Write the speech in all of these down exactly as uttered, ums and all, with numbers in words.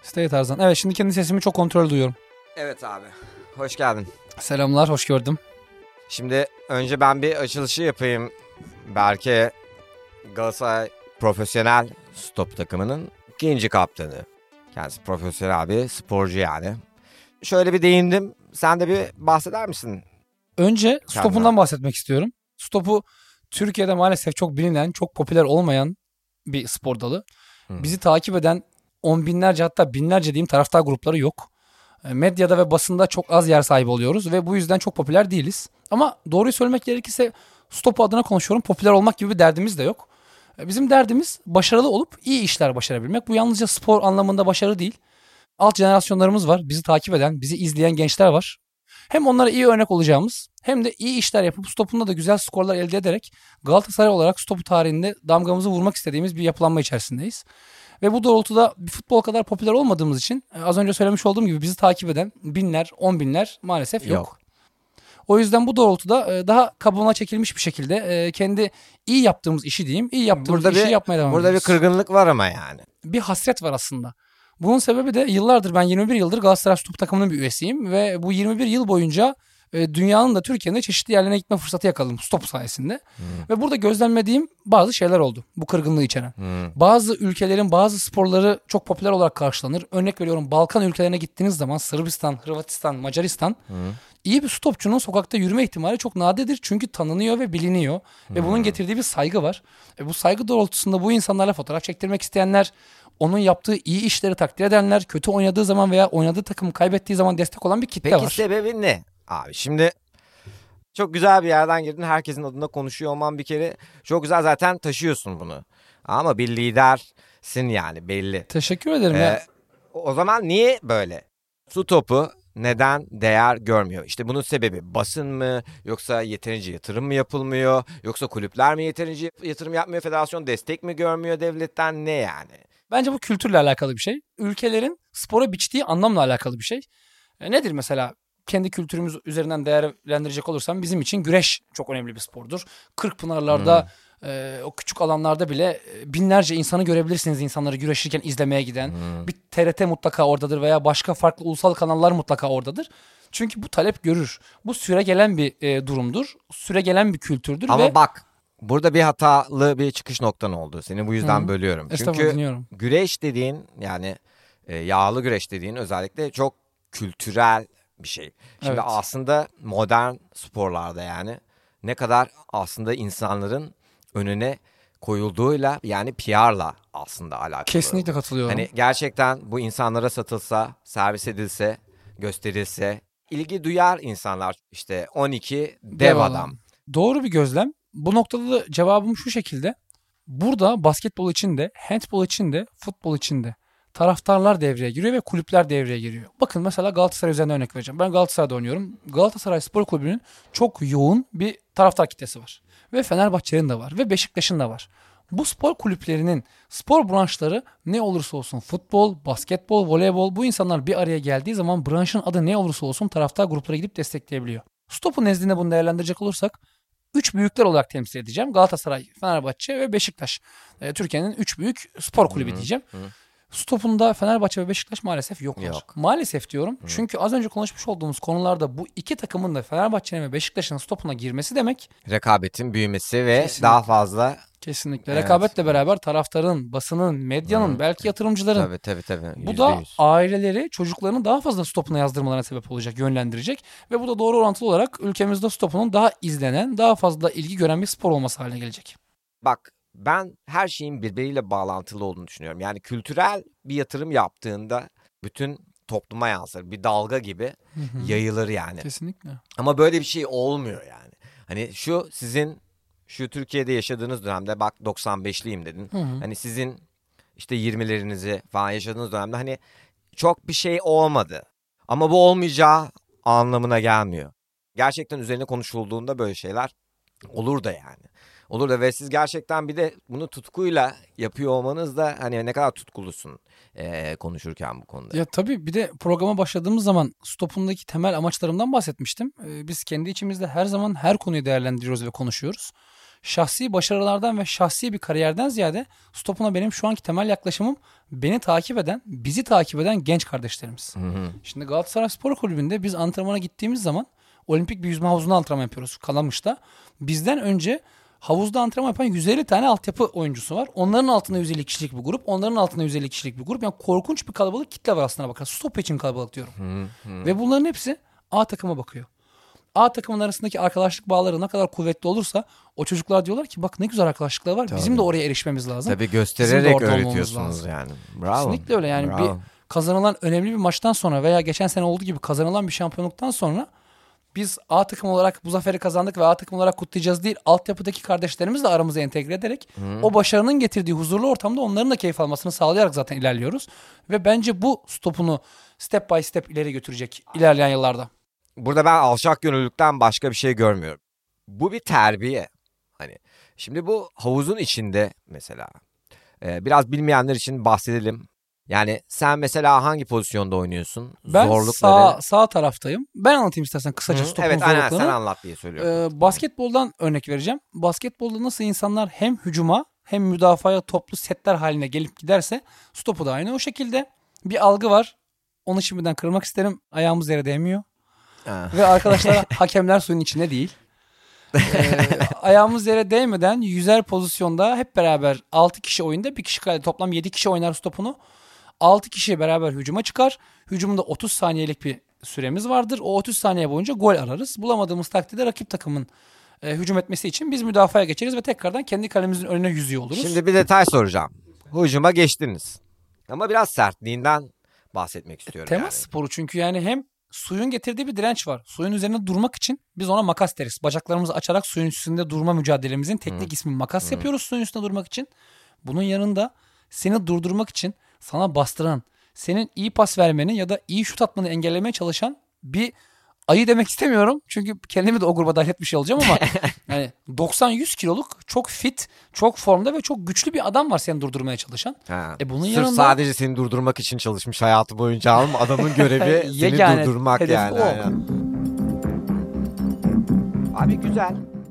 Stay Tarzan. Evet, şimdi kendi sesimi çok kontrol duyuyorum. Evet abi. Hoş geldin. Selamlar, hoş gördüm. Şimdi önce ben bir açılışı yapayım. Berke Galatasaray profesyonel stop takımının ikinci kaptanı. Kendisi profesyonel bir sporcu yani. Şöyle bir değindim. Sen de bir bahseder misin? Önce stopundan bahsetmek istiyorum. Stopu Türkiye'de maalesef çok bilinen, çok popüler olmayan bir spor dalı. Hmm. Bizi takip eden on binlerce, hatta binlerce diyeyim, taraftar grupları yok. Medyada ve basında çok az yer sahibi oluyoruz ve bu yüzden çok popüler değiliz. Ama doğruyu söylemek gerekirse stopu adına konuşuyorum. Popüler olmak gibi bir derdimiz de yok. Bizim derdimiz başarılı olup iyi işler başarabilmek. Bu yalnızca spor anlamında başarı değil. Alt jenerasyonlarımız var. Bizi takip eden, bizi izleyen gençler var. Hem onlara iyi örnek olacağımız hem de iyi işler yapıp stopunda da güzel skorlar elde ederek Galatasaray olarak stopu tarihinde damgamızı vurmak istediğimiz bir yapılanma içerisindeyiz. Ve bu doğrultuda bir futbol kadar popüler olmadığımız için az önce söylemiş olduğum gibi bizi takip eden binler, on binler maalesef yok. yok. O yüzden bu doğrultuda daha kabuğuna çekilmiş bir şekilde kendi iyi yaptığımız işi diyeyim, iyi yaptığımız burada işi bir, yapmaya devam burada ediyoruz. Burada bir kırgınlık var ama yani. Bir hasret var aslında. Bunun sebebi de yıllardır, ben yirmi bir yıldır Galatasaray Stop takımının bir üyesiyim ve bu yirmi bir yıl boyunca dünyanın da Türkiye'nin de çeşitli yerlerine gitme fırsatı yakaladım Stop sayesinde. Hmm. Ve burada gözlemlediğim bazı şeyler oldu bu kırgınlığı içeren. Hmm. Bazı ülkelerin bazı sporları çok popüler olarak karşılanır. Örnek veriyorum, Balkan ülkelerine gittiğiniz zaman Sırbistan, Hırvatistan, Macaristan hmm. iyi bir stopçunun sokakta yürüme ihtimali çok nadirdir. Çünkü tanınıyor ve biliniyor hmm. ve bunun getirdiği bir saygı var. E bu saygı doğrultusunda bu insanlarla fotoğraf çektirmek isteyenler, onun yaptığı iyi işleri takdir edenler, kötü oynadığı zaman veya oynadığı takım kaybettiği zaman destek olan bir kitle Peki var. Peki sebebi ne? Abi şimdi çok güzel bir yerden girdin. Herkesin adına konuşuyor olman bir kere çok güzel, zaten taşıyorsun bunu. Ama bir lidersin yani, belli. Teşekkür ederim ee, ya. O zaman niye böyle? Su topu neden değer görmüyor? İşte bunun sebebi basın mı? Yoksa yeterince yatırım mı yapılmıyor? Yoksa kulüpler mi yeterince yatırım yapmıyor? Federasyon destek mi görmüyor devletten? Ne yani? Bence bu kültürle alakalı bir şey. Ülkelerin spora biçtiği anlamla alakalı bir şey. E nedir mesela? Kendi kültürümüz üzerinden değerlendirecek olursam bizim için güreş çok önemli bir spordur. Kırkpınarlarda hmm. e, o küçük alanlarda bile binlerce insanı görebilirsiniz, insanları güreşirken izlemeye giden. Hmm. Bir T R T mutlaka oradadır veya başka farklı ulusal kanallar mutlaka oradadır. Çünkü bu talep görür. Bu süregelen bir e, durumdur. Süregelen bir kültürdür. Ama ve... bak, burada bir hatalı bir çıkış noktan oldu. Seni bu yüzden hmm. bölüyorum. Çünkü dinliyorum. Güreş dediğin, yani e, yağlı güreş dediğin özellikle çok kültürel bir şey. Şimdi evet. aslında modern sporlarda yani ne kadar aslında insanların önüne koyulduğuyla, yani P R'la aslında alakalı. Kesinlikle katılıyorum. Hani gerçekten bu insanlara satılsa, servis edilse, gösterilse ilgi duyar insanlar. İşte on iki dev, dev adam. adam. Doğru bir gözlem. Bu noktada da cevabım şu şekilde. Burada basketbol için de, handbol için de, futbol için de taraftarlar devreye giriyor ve kulüpler devreye giriyor. Bakın mesela Galatasaray üzerinden örnek vereceğim. Ben Galatasaray'da oynuyorum. Galatasaray Spor Kulübü'nün çok yoğun bir taraftar kitlesi var. Ve Fenerbahçe'nin de var ve Beşiktaş'ın da var. Bu spor kulüplerinin spor branşları ne olursa olsun, futbol, basketbol, voleybol, bu insanlar bir araya geldiği zaman branşın adı ne olursa olsun taraftar grupları gidip destekleyebiliyor. Stop'un nezdinde bunu değerlendirecek olursak üç büyükler olarak temsil edeceğim. Galatasaray, Fenerbahçe ve Beşiktaş. E, Türkiye'nin üç büyük spor kulübü hı-hı, diyeceğim. Hı. Stop'unda Fenerbahçe ve Beşiktaş maalesef yoklar. Yok. Maalesef diyorum. Hı. Çünkü az önce konuşmuş olduğumuz konularda bu iki takımın da Fenerbahçe'nin ve Beşiktaş'ın stopuna girmesi demek rekabetin büyümesi ve kesinlikle, daha fazla kesinlikle evet. Rekabetle beraber taraftarın, basının, medyanın, Hı. belki yatırımcıların. Tabii tabii tabii. Bu da aileleri, çocuklarını daha fazla stopuna yazdırmalarına sebep olacak, yönlendirecek ve bu da doğru orantılı olarak ülkemizde stopunun daha izlenen, daha fazla ilgi gören bir spor olması haline gelecek. Bak, ben her şeyin birbiriyle bağlantılı olduğunu düşünüyorum. Yani kültürel bir yatırım yaptığında bütün topluma yansır. Bir dalga gibi hı hı. yayılır yani. Kesinlikle. Ama böyle bir şey olmuyor yani. Hani şu sizin şu Türkiye'de yaşadığınız dönemde, bak doksan beşliyim dedin. Hı hı. Hani sizin işte yirmilerinizi falan yaşadığınız dönemde hani çok bir şey olmadı. Ama bu olmayacağı anlamına gelmiyor. Gerçekten üzerine konuşulduğunda böyle şeyler olur da yani. Olur da ve siz gerçekten bir de bunu tutkuyla yapıyor olmanız da hani ne kadar tutkulusun e, konuşurken bu konuda. Ya tabii bir de programa başladığımız zaman stopundaki temel amaçlarımdan bahsetmiştim. Ee, biz kendi içimizde her zaman her konuyu değerlendiriyoruz ve konuşuyoruz. şahsi başarılardan ve şahsi bir kariyerden ziyade Stopuna benim şu anki temel yaklaşımım beni takip eden, bizi takip eden genç kardeşlerimiz. Hı hı. Şimdi Galatasaray Spor Kulübü'nde biz antrenmana gittiğimiz zaman olimpik bir yüzme havuzunda antrenman yapıyoruz Kalamış'ta. Bizden önce havuzda antrenman yapan yüz elli tane altyapı oyuncusu var. Onların altında yüz elli kişilik bir grup. Onların altında yüz elli kişilik bir grup. Yani korkunç bir kalabalık kitle var aslına bakarsan. Stop için kalabalık diyorum. Hı hı. Ve bunların hepsi A takıma bakıyor. A takımın arasındaki arkadaşlık bağları ne kadar kuvvetli olursa o çocuklar diyorlar ki bak ne güzel arkadaşlıklar var. Tabii. Bizim de oraya erişmemiz lazım. Tabii göstererek öğretiyorsunuz yani. Bravo. Kesinlikle öyle yani. Bravo. Bir kazanılan önemli bir maçtan sonra veya geçen sene olduğu gibi kazanılan bir şampiyonluktan sonra biz A takım olarak bu zaferi kazandık ve A takım olarak kutlayacağız değil, altyapıdaki kardeşlerimizle aramıza entegre ederek Hı. o başarının getirdiği huzurlu ortamda onların da keyif almasını sağlayarak zaten ilerliyoruz. Ve bence bu Stopunu step by step ileri götürecek ilerleyen yıllarda. Burada ben alçak gönüllülükten başka bir şey görmüyorum. Bu bir terbiye. Hani şimdi bu havuzun içinde mesela e, biraz bilmeyenler için bahsedelim. Yani sen mesela hangi pozisyonda oynuyorsun? Ben Zorlukları... sağ, sağ taraftayım. Ben anlatayım istersen kısaca Hı, stopun evet, zorluklarını. Evet aynen sen anlat diye söylüyorum. Ee, basketboldan örnek vereceğim. Basketbolda nasıl insanlar hem hücuma hem müdafaya toplu setler haline gelip giderse stopu da aynı o şekilde. Bir algı var. Onu şimdiden kırmak isterim. Ayağımız yere değmiyor. Ve arkadaşlar hakemler suyun içinde değil. ee, ayağımız yere değmeden yüzer pozisyonda hep beraber altı kişi oyunda bir kişi kalede toplam yedi kişi oynar stopunu. altı kişi beraber hücuma çıkar. Hücumda otuz saniyelik bir süremiz vardır. O otuz saniye boyunca gol ararız. Bulamadığımız takdirde rakip takımın e, hücum etmesi için biz müdafaya geçeriz ve tekrardan kendi kalemizin önüne yüzüyor oluruz. Şimdi bir detay soracağım. Hücuma geçtiniz. Ama biraz sertliğinden bahsetmek istiyorum. Temas yani. sporu çünkü yani hem suyun getirdiği bir direnç var. Suyun üzerinde durmak için biz ona makas deriz. Bacaklarımızı açarak suyun üstünde durma mücadelemizin teknik Hı. ismi makas Hı. yapıyoruz suyun üstünde durmak için. Bunun yanında seni durdurmak için sana bastıran, senin iyi pas vermeni ya da iyi şut atmanı engellemeye çalışan bir ayı demek istemiyorum. Çünkü kendimi de o gruba dahil etmiş olacağım ama yani doksan yüz kiloluk çok fit, çok formda ve çok güçlü bir adam var seni durdurmaya çalışan. Ha. E bunun Sırf yanında sadece seni durdurmak için çalışmış hayatı boyunca ama adamın görevi seni yani, durdurmak yani. yani. Abi güzel.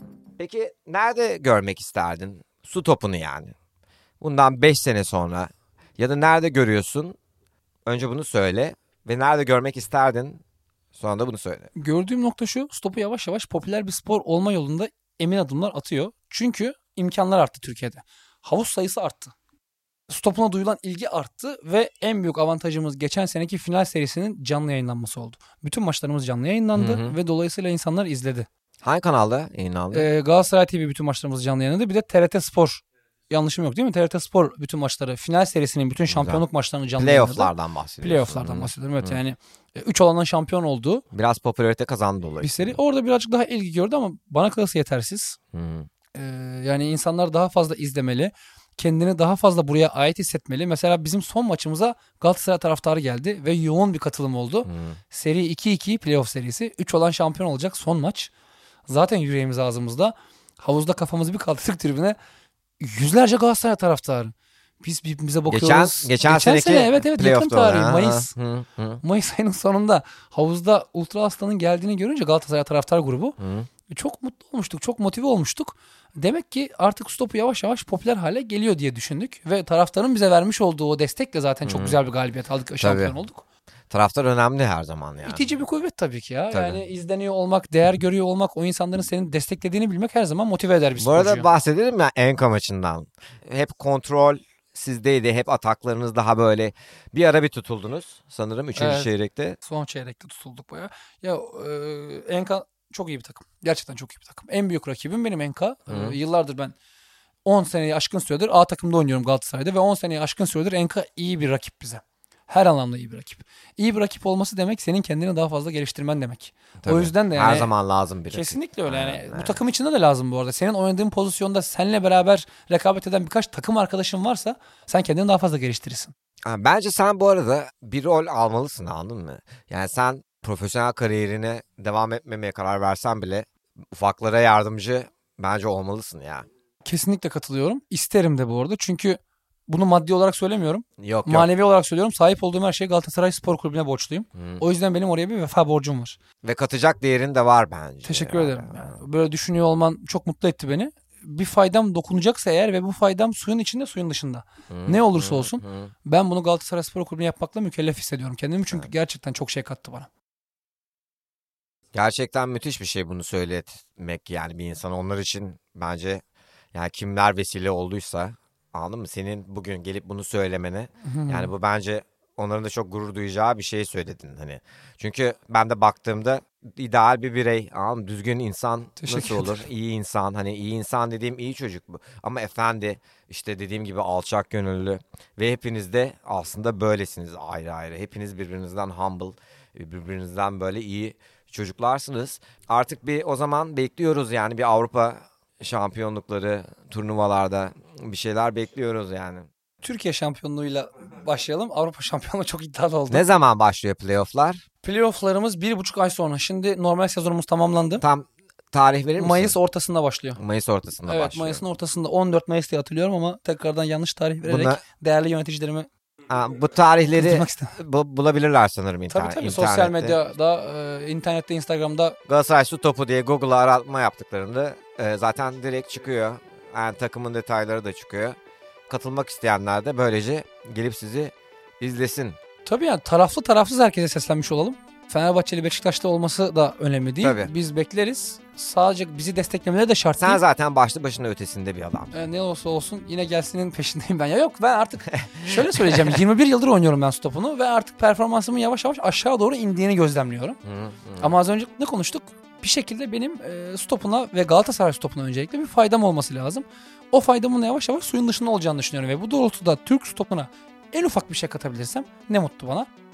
Peki nerede görmek isterdin su topunu yani? Bundan beş sene sonra ya da nerede görüyorsun? Önce bunu söyle ve nerede görmek isterdin? Sonra da bunu söyle. Gördüğüm nokta şu. Stopu yavaş yavaş popüler bir spor olma yolunda emin adımlar atıyor. Çünkü imkanlar arttı Türkiye'de. Havuz sayısı arttı. Stopuna duyulan ilgi arttı ve en büyük avantajımız geçen seneki final serisinin canlı yayınlanması oldu. Bütün maçlarımız canlı yayınlandı hı hı. ve dolayısıyla insanlar izledi. Hangi kanalda yayınlandı? Ee, Galatasaray T V bütün maçlarımızı canlı yayınladı. Bir de T R T Spor. Yanlışım yok değil mi? T R T Spor bütün maçları, final serisinin bütün şampiyonluk Güzel. maçlarını canlı yayınladı. Playoff'lardan bahsediyorsun. Playoff'lardan hmm. bahsediyorum. Evet hmm. yani üç olanın şampiyon olduğu. Biraz popülarite kazandı dolayısıyla. Bir seri. Orada birazcık daha ilgi gördü ama bana kalırsa yetersiz. Hmm. Ee, yani insanlar daha fazla izlemeli. Kendini daha fazla buraya ait hissetmeli. Mesela bizim son maçımıza Galatasaray taraftarı geldi ve yoğun bir katılım oldu. Hmm. Seri iki iki playoff serisi. üç olan şampiyon olacak son maç. Zaten yüreğimiz ağzımızda. Havuzda kafamızı bir kaldırdık tribüne. Yüzlerce Galatasaray taraftarı. Biz birbirimize bakıyoruz. Geçen, geçen, geçen seneki sene evet evet yakın tarih ha. Mayıs. Hı, hı. Mayıs ayının sonunda havuzda Ultra Aslan'ın geldiğini görünce Galatasaray taraftar grubu hı. çok mutlu olmuştuk. Çok motive olmuştuk. Demek ki artık stopu yavaş yavaş popüler hale geliyor diye düşündük. Ve taraftarın bize vermiş olduğu o destekle zaten çok hı. güzel bir galibiyet aldık ve şampiyon olduk. Taraftar önemli her zaman yani. İtici bir kuvvet tabii ki ya. Tabii. Yani izleniyor olmak, değer görüyor olmak, o insanların senin desteklediğini bilmek her zaman motive eder bir sporcuyu. Bu arada bahsedelim ya Enka maçından. Hep kontrol sizdeydi. Hep ataklarınız daha böyle bir ara bir tutuldunuz sanırım üçüncü evet, çeyrekte. Son çeyrekte tutulduk bayağı. Ya e, Enka çok iyi bir takım. Gerçekten çok iyi bir takım. En büyük rakibim benim Enka. E, yıllardır ben on seneyi aşkın süredir A takımda oynuyorum Galatasaray'da ve on seneyi aşkın süredir Enka iyi bir rakip bize. Her anlamda iyi bir rakip. İyi bir rakip olması demek senin kendini daha fazla geliştirmen demek. Tabii, o yüzden de yani her zaman lazım bir rakip. Kesinlikle öyle yani. Evet, bu evet. takım içinde de lazım bu arada. Senin oynadığın pozisyonda seninle beraber rekabet eden birkaç takım arkadaşın varsa sen kendini daha fazla geliştirirsin. Bence sen bu arada bir rol almalısın, anladın mı? Yani sen profesyonel kariyerine devam etmemeye karar versen bile ufaklara yardımcı bence olmalısın ya. Kesinlikle katılıyorum. İsterim de bu arada. Çünkü bunu maddi olarak söylemiyorum. Yok, Manevi yok. olarak söylüyorum. Sahip olduğum her şeyi Galatasaray Spor Kulübü'ne borçluyum. Hmm. O yüzden benim oraya bir vefa borcum var. Ve katacak değerin de var bence. Teşekkür yani. ederim. Yani böyle düşünüyor olman çok mutlu etti beni. bir faydam dokunacaksa eğer ve bu faydam suyun içinde suyun dışında Hı, ne olursa hı, olsun hı. ben bunu Galatasaray Spor Kulübü'ne yapmakla mükellef hissediyorum kendimi. Çünkü Evet. gerçekten çok şey kattı bana. Gerçekten müthiş bir şey bunu söyletmek yani bir insana. Onlar için bence yani kimler vesile olduysa, anladın mı? Senin bugün gelip bunu söylemene yani bu bence onların da çok gurur duyacağı bir şey söyledin hani. Çünkü ben de baktığımda ideal bir birey, anladın mı? Düzgün insan Teşekkür nasıl olur? ederim. İyi insan, hani iyi insan dediğim iyi çocuk bu. Ama efendi, işte dediğim gibi alçak gönüllü ve hepiniz de aslında böylesiniz ayrı ayrı. Hepiniz birbirinizden humble, birbirinizden böyle iyi çocuklarsınız. Artık bir o zaman bekliyoruz yani bir Avrupa şampiyonlukları, turnuvalarda bir şeyler bekliyoruz yani. Türkiye şampiyonluğuyla başlayalım. Avrupa şampiyonluğu çok iddialı oldu. Ne zaman başlıyor playofflar? Playoff'larımız bir buçuk ay sonra. Şimdi normal sezonumuz tamamlandı. Tam tarih verir misin? Mayıs ortasında başlıyor. Mayıs ortasında Evet, başlıyor. Mayıs'ın ortasında on dört Mayıs diye hatırlıyorum ama tekrardan yanlış tarih vererek Buna- değerli yöneticilerimi Ha, bu tarihleri kızdırmak istemem. bu, bulabilirler sanırım Tabii internet, tabii internette. sosyal medyada, e, internette, Instagram'da Galatasaray su topu diye Google'a aratma yaptıklarında e, zaten direkt çıkıyor. Yani takımın detayları da çıkıyor. Katılmak isteyenler de böylece gelip sizi izlesin. tabii yani taraflı tarafsız herkese seslenmiş olalım. Fenerbahçeli Beşiktaşlı olması da önemli değil. Tabii. Biz bekleriz. Sadece bizi desteklemeleri de şart Sen değil. zaten başlı başına ötesinde bir adam. E, ne olursa olsun yine Gelsin'in peşindeyim ben. Ya yok ben artık şöyle söyleyeceğim. yirmi bir yıldır oynuyorum ben stopunu ve artık performansımın yavaş yavaş aşağı doğru indiğini gözlemliyorum. Hı, hı. Ama az önce ne konuştuk? Bir şekilde benim e, stopuna ve Galatasaray stopuna öncelikle bir faydam olması lazım. O faydamın yavaş yavaş suyun dışında olacağını düşünüyorum ve bu doğrultuda Türk stopuna en ufak bir şey katabilirsem ne mutlu bana.